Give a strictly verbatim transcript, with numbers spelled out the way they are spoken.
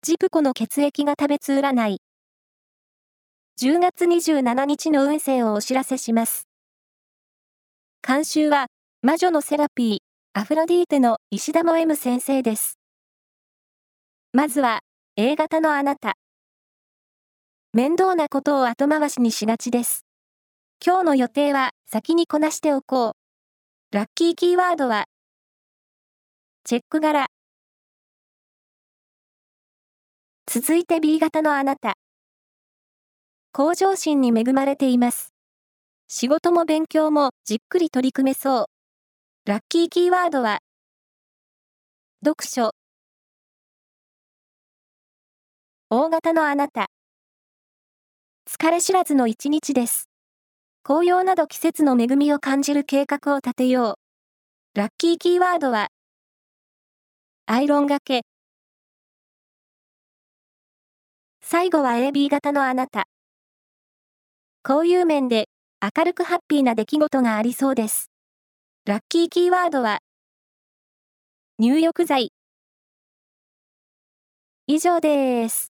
ジプコの血液が食べつ占い。じゅうがつにじゅうしちにちの運勢をお知らせします。監修は、魔女のセラピー、アフロディーテの石田も M 先生です。まずは、A 型のあなた。面倒なことを後回しにしがちです。今日の予定は先にこなしておこう。ラッキーキーワードは、チェック柄。続いて B 型のあなた。向上心に恵まれています。仕事も勉強もじっくり取り組めそう。ラッキーキーワードは、読書。O 型のあなた。疲れ知らずの一日です。紅葉など季節の恵みを感じる計画を立てよう。ラッキーキーワードは、アイロンがけ。最後は エービー 型のあなた。交友面で明るくハッピーな出来事がありそうです。ラッキーキーワードは、入浴剤。以上です。